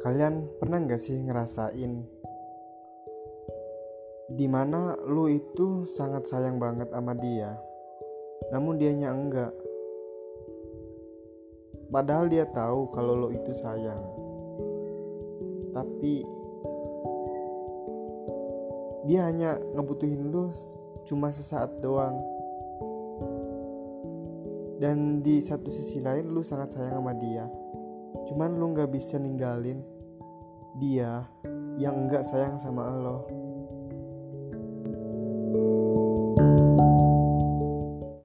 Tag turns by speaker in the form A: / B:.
A: Kalian pernah gak sih ngerasain dimana lu itu sangat sayang banget sama dia, namun dianya enggak. Padahal dia tahu kalau lu itu sayang, tapi dia hanya ngebutuhin lu cuma sesaat doang. Dan di satu sisi lain lu sangat sayang sama dia, cuman lu gak bisa ninggalin dia yang enggak sayang sama lo.